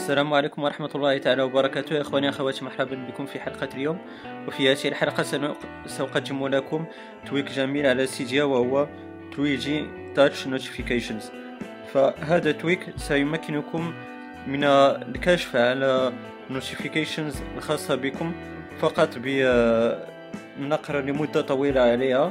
السلام عليكم ورحمة الله تعالى وبركاته. إخواني أخواتي، مرحبا بكم في حلقة اليوم. وفي هذه الحلقة سأقدم لكم تويك جميل على سيديا، وهو 3G Touch Notifications. فهذا تويك سيمكنكم من الكشف على Notifications الخاصة بكم فقط بالنقر لمدة طويلة عليها.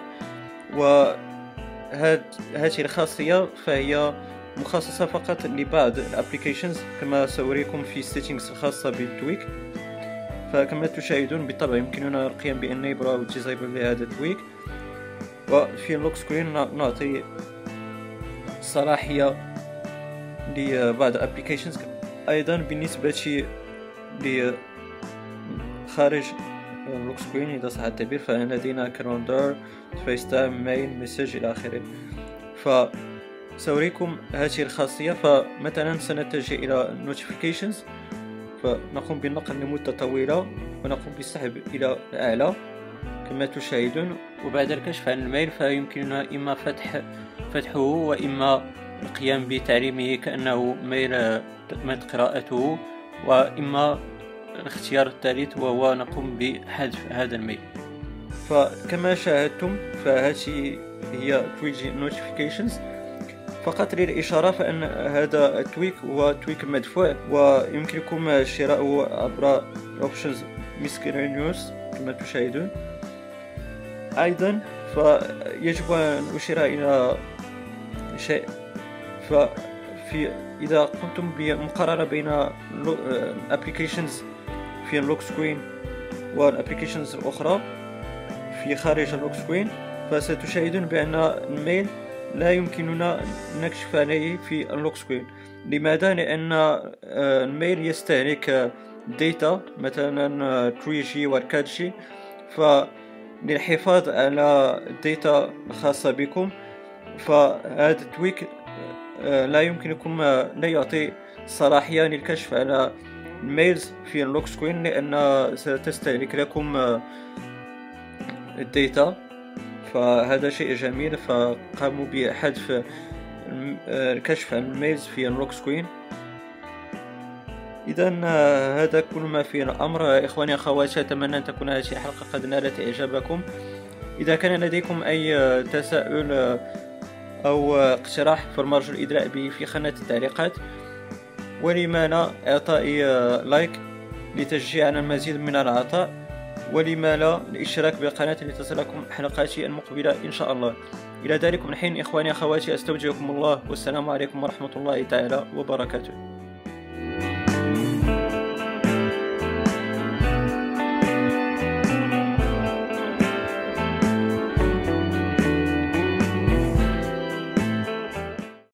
وهذه الخاصية فهي مخصصة فقط لبعض الابليكيشنز، كما سأريكم في السيتينغز الخاصة بالتويك. فكما تشاهدون بالطبع يمكننا القيام بانيبل او ديزايبل لهذا التويك. وفي اللوك سكرين نعطي صلاحية لبعض الابليكيشنز. ايضا بالنسبة لخارج اللوك سكرين اذا صح التعبير، فلدينا كالندر، فيس تايم، ميل، مسج الى اخره. سأريكم هذه الخاصية. فمثلا سنتجه إلى Notifications، فنقوم بالنقل لمدة طويلة ونقوم بالسحب إلى أعلى كما تشاهدون. وبعد الكشف عن الميل فيمكننا إما فتحه وإما القيام بتعليمه كأنه ميل قراءته، وإما الاختيار الثالث وهو نقوم بحذف هذا الميل. فكما شاهدتم فهذه هي 3G Notifications. فقط للإشارة فإن هذا التويك هو تويك مدفوع، ويمكنكم شراؤه عبر Options Miscellaneous كما تشاهدون. أيضا فيجب أن أشير إلى شيء. إذا قمتم بمقارنة بين الابليكيشنز في اللوك سكرين والابليكيشنز الأخرى في خارج اللوك سكرين، فستشاهدون بأن الميل لا يمكننا نكشف عليه في اللوك سكرين. لماذا؟ لأن الميل يستهلك داتا، مثلا 3G و 4G. فللحفاظ على الداتا الخاصة بكم فهذا التويك لا يعطي صلاحية للكشف على الميلز في اللوك سكرين، لأن ستستهلك لكم الداتا. فهذا شيء جميل، فقاموا بحذف الكشف عن الميلز في اللوك سكرين. إذا هذا كل ما في الأمر. إخواني أخواتي، أتمنى أن تكون هذه الحلقة قد نالت إعجابكم. إذا كان لديكم أي تساؤل أو اقتراح فالمرجو الإدلاء به في خانة التعليقات، ولما لا إعطاء لايك لتشجيع على المزيد من العطاء، ولما لا الاشتراك بالقناة لتصلكم حلقاتي المقبلة إن شاء الله. إلى ذلك الحين إخواني أخواتي، أستودعكم الله، والسلام عليكم ورحمة الله تعالى وبركاته.